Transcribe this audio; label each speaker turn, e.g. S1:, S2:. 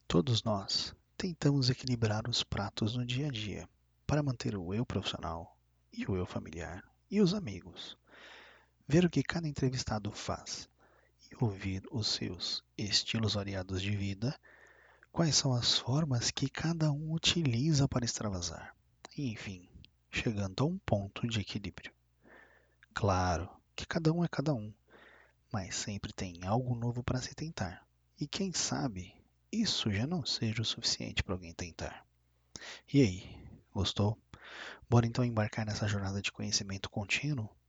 S1: Todos nós tentamos equilibrar os pratos no dia a dia para manter o eu profissional e o eu familiar e os amigos. Ver o que cada entrevistado faz e ouvir os seus estilos variados de vida, quais são as formas que cada um utiliza para extravasar. E, enfim, chegando a um ponto de equilíbrio. Claro que cada um é cada um, mas sempre tem algo novo para se tentar. E quem sabe isso já não seja o suficiente para alguém tentar. E aí, gostou? Bora então embarcar nessa jornada de conhecimento contínuo?